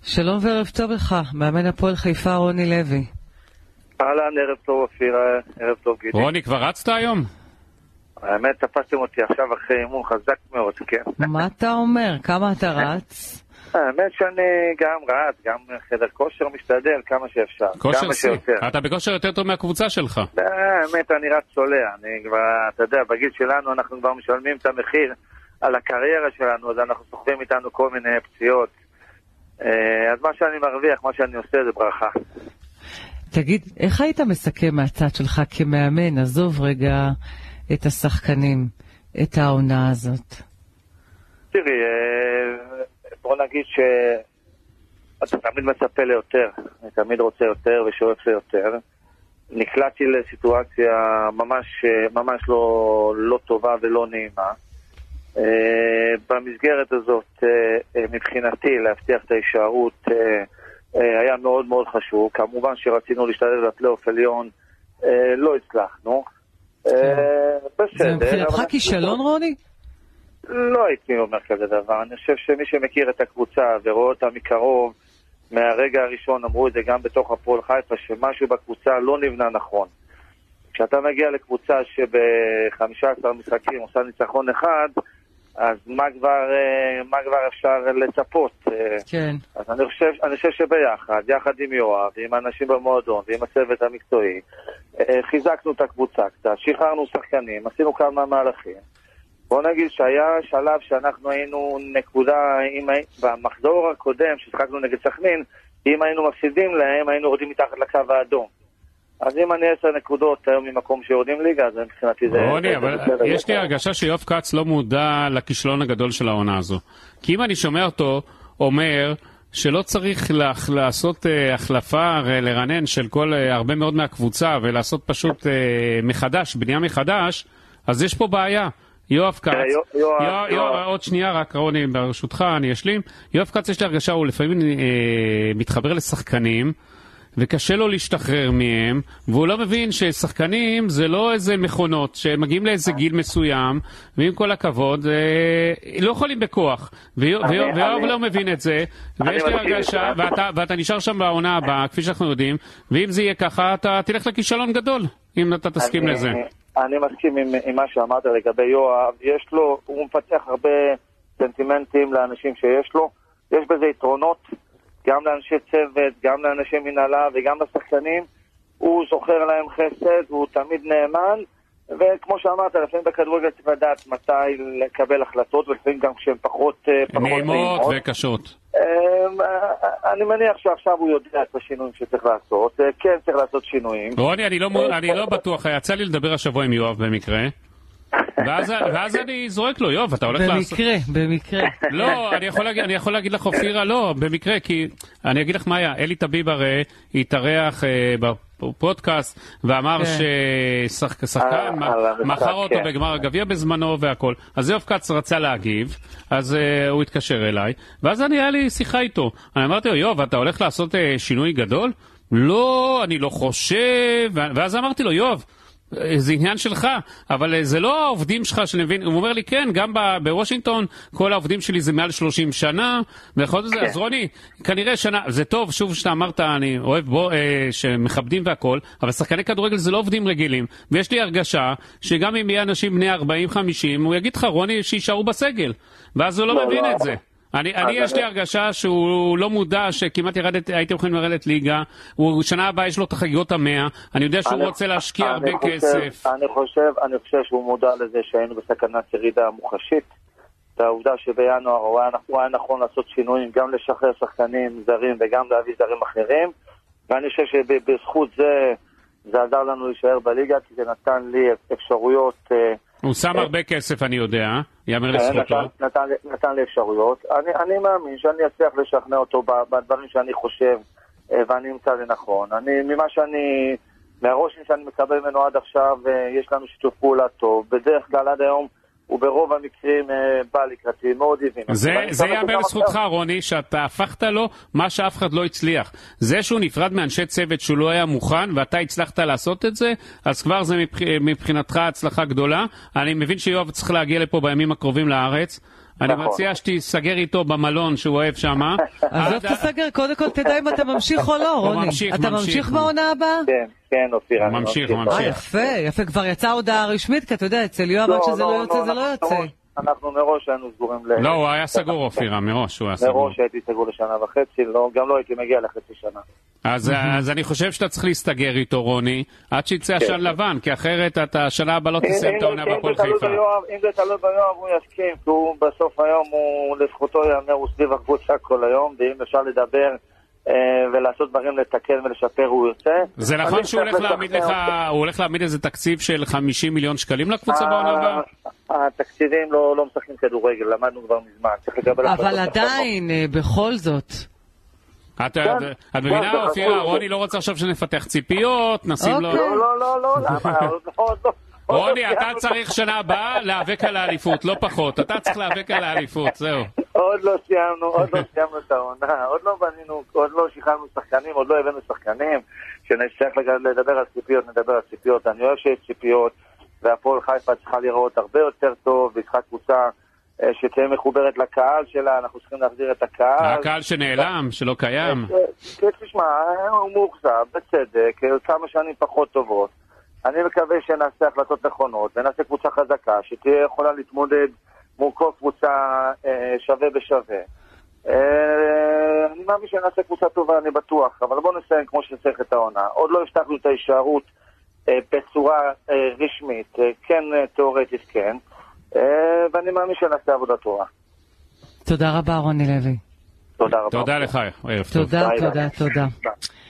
שלום וערב טוב לך, מאמן הפועל חיפה רוני לוי. אהלן, ערב טוב אופיר, ערב טוב גידי. רוני, כבר רצת היום? האמת, תפסתם אותי עכשיו אחרי אימון חזק מאוד, כן. מה אתה אומר? כמה אתה רץ? האמת שאני גם רץ, גם חדר כושר משתדל כמה שאפשר. כושר שיותר. אתה בכושר יותר טוב מהקבוצה שלך. האמת, אני רץ צולע. אני כבר, אתה יודע, בגיל שלנו אנחנו כבר משלמים את המחיר על הקריירה שלנו, אז אנחנו סוחבים איתנו כל מיני פציעות. אז מה שאני מרוויח, מה שאני עושה זה ברכה. תגיד, איך היית מסכם מהצד שלך כמאמן? עזוב רגע את השחקנים, את העונה הזאת. תראי, בוא נגיד שאתה תמיד מצפה ליותר, אני תמיד רוצה יותר ושואף ליותר. נקלעתי לסיטואציה ממש לא טובה ולא נעימה. במסגרת הזאת, מבחינתי, להבטיח את ההישארות היה מאוד מאוד חשוב. כמובן שרצינו להשתלב בפלייאוף עליון, לא הצלחנו. זה מבחינתך כישלון, רוני? לא הייתי אומר כזה דבר. אני חושב שמי שמכיר את הקבוצה ורואה אותה מקרוב, מהרגע הראשון אמרו את זה גם בתוך הפועל חיפה, שמשהו בקבוצה לא נבנה נכון. כשאתה מגיע לקבוצה שב-15 משחקים עושה ניצחון אחד, אז מה כבר אפשר לצפות? כן. אז אני חושב שביחד, יחד עם יואב, עם האנשים במועדון ועם הצוות המקצועי, חיזקנו את הקבוצה קצת, שחררנו שחקנים, עשינו כמה מהלכים. בוא נגיד שהיה שלב שאנחנו היינו נקודה, במחזור הקודם ששחקנו נגד סכנין, אם היינו מפסידים להם, היינו יורדים מתחת לקו האדום. אז אם אני 10 נקודות היום ממקום שיורדים ליגה, אז מבחינתי זה... רוני, אבל יש לי הרגשה שיואב כץ לא מודע לכישלון הגדול של העונה הזו. כי אם אני שומע אותו אומר שלא צריך לעשות החלפה, לרנן של הרבה מאוד מהקבוצה, ולעשות פשוט מחדש, בנייה מחדש, אז יש פה בעיה. יואב כץ, עוד שנייה רק רוני ברשותך, אני אשלים. יואב כץ יש לי הרגשה, הוא לפעמים מתחבר לשחקנים, וקשה לו להשתחרר מהם, והוא לא מבין ששחקנים זה לא איזה מכונות, שמגיעים לאיזה גיל מסוים, ועם כל הכבוד, לא יכולים בכוח, ויואב לא מבין את זה, ויש לי הרגשה, ואתה נשאר שם בעונה הבאה, כפי שאנחנו יודעים, ואם זה יהיה ככה, אתה תלך לכישלון גדול, אם אתה תסכים לזה. אני מסכים עם מה שאמרת לגבי יואב, הוא מפתח הרבה סנטימנטים לאנשים שיש לו, יש בזה יתרונות, גם לאנשי צוות, גם לאנשי מנהלה וגם לשחקנים, הוא זוכר להם חסד, הוא תמיד נאמן, וכמו שאמרת, לפעמים בכדורגל צריך לדעת מתי לקבל החלטות, ולפעמים גם כשהן פחות נעימות וקשות. אני מניח שעכשיו הוא יודע את השינויים שצריך לעשות, כן צריך לעשות שינויים. רוני, אני לא בטוח, יצא לי לדבר השבוע עם יואב במקרה, ואז אני זורק לו, יואב, אתה הולך לעשות... במקרה. לא, אני יכול להגיד לך, אופירה, לא, במקרה, כי אני אגיד לך מה היה, אלי טביב הרי התארח בפודקאסט, ואמר ששחקן מכר אותו בגמר הגביע בזמנו והכל, אז יואב כץ רצה להגיב, אז הוא התקשר אליי, ואז היה לי שיחה איתו, אני אמרתי לו, יואב, אתה הולך לעשות שינוי גדול? לא, אני לא חושב, ואז אמרתי לו, יואב, זה עניין שלך, אבל זה לא העובדים שלך שנבין, הוא אומר לי כן, גם בוושינגטון כל העובדים שלי זה מעל 30 שנה, ויכול להיות זה, אז רוני, כנראה שנה, זה טוב, שוב שאתה אמרת, אני אוהב שמכבדים והכל, אבל שחקני כדורגל זה לא עובדים רגילים, ויש לי הרגשה שגם אם יהיה אנשים בני 40-50, הוא יגיד לך, רוני, שישארו בסגל, ואז הוא לא מבין את זה. אני יש לי הרגשה שהוא לא מודע שכמעט הייתם יכולים לרדת ליגה, הוא שנה הבאה יש לו את החגיגות 100, אני יודע שהוא רוצה להשקיע הרבה כסף. אני חושב שהוא מודע לזה שהיינו בסכנת ירידה מוחשית, והעובדה שבינואר הוא היה נכון לעשות שינויים, גם לשחרר שחקנים זרים וגם להביא זרים אחרים, ואני חושב שבזכות זה עזר לנו להישאר בליגה, כי זה נתן לי אפשרויות... הוא שם הרבה כסף, אני יודע, יאמר לזכותו. נתן לי אפשרויות. אני מאמין שאני אצליח לשכנע אותו בדברים שאני חושב ואני אמצא לנכון. מהרושם שאני מקבל ממנו עד עכשיו, יש לנו שיתוף פעולה טוב. בדרך כלל עד היום הוא ברוב המקרים בא לקראתי, מאוד הבין. זה יאמר לזכותך, רוני, שאתה הפכת לו מה שאף אחד לא הצליח. זה שהוא נפרד מאנשי צוות שהוא לא היה מוכן, ואתה הצלחת לעשות את זה, אז כבר זה מבחינתך הצלחה גדולה. אני מבין שיואב צריך להגיע לפה בימים הקרובים לארץ. אני מציע שתיסגר איתו במלון שהוא אוהב שם. אז לא תסגר, קודם כל תדע אם אתה ממשיך או לא, רוני. אתה ממשיך בעונה הבאה? כן, אופירה. ממשיך. יפה, כבר יצאה הודעה רשמית, כי אתה יודע, אצל יואב עד שזה לא יוצא, זה לא יוצא. אנחנו מראש היינו סגורים לא, הוא היה סגור, אופירה, מראש הוא היה סגור. מראש הייתי סגור לשנה וחצי, גם לא הייתי מגיע לחצי שנה. אז אני חושב שאתה צריך להסתגר איתו, רוני, עד שיצא עשן לבן, כי אחרת אתה השנה הבאה לא תסיים את העונה בהפועל חיפה. אם זה תלוי ביואב, הוא יסכים, כי הוא בסוף היום, לזכותו יאמר, הוא סביב הקבוצה כל היום, ואם אפשר לדבר ולעשות דברים לתקן ולשפר, הוא יוצא. זה נכון שהוא הולך להעמיד איזה תקציב של 50 מיליון שקלים לקבוצה בעונה הבאה? התקציבים לא משחקים כדורגל, למדנו כבר מזמן. אבל עדיין, בכל זאת. את מבינה, אופירה, רוני לא רוצה עכשיו שנפתח ציפיות, נשים לו... לא, רוני, אתה צריך שנה הבאה להיאבק על האליפות, לא פחות. אתה צריך להיאבק על האליפות, זהו. עוד לא סיימנו את העונה, עוד לא שחררנו שחקנים, עוד לא הבאנו שחקנים, שנצטרך לדבר על ציפיות, נדבר על ציפיות. אני אוהב שיש ציפיות, והפועל חיפה צריכה לראות הרבה יותר טוב, ויצחה קבוצה שתהיה מחוברת לקהל שלה, אנחנו צריכים להחזיר את הקהל. הקהל שנעלם, שלא קיים. תשמע, הוא מאוכזב, בצדק, כמה שנים פחות טובות. אני מקווה שנעשה החלטות נכונות, ונעשה קבוצה חזקה, שתהיה יכולה להתמודד מול כל קבוצה שווה בשווה. אני מאמין שנעשה קבוצה טובה, אני בטוח, אבל בואו נסיים כמו שצריך את העונה. עוד לא הבטחנו את ההישארות בצורה רשמית, כן תיאורטית כן, ואני מאמין שנעשה עבודה טובה. תודה רבה רוני לוי. תודה רבה. תודה לך, ערב טוב. תודה.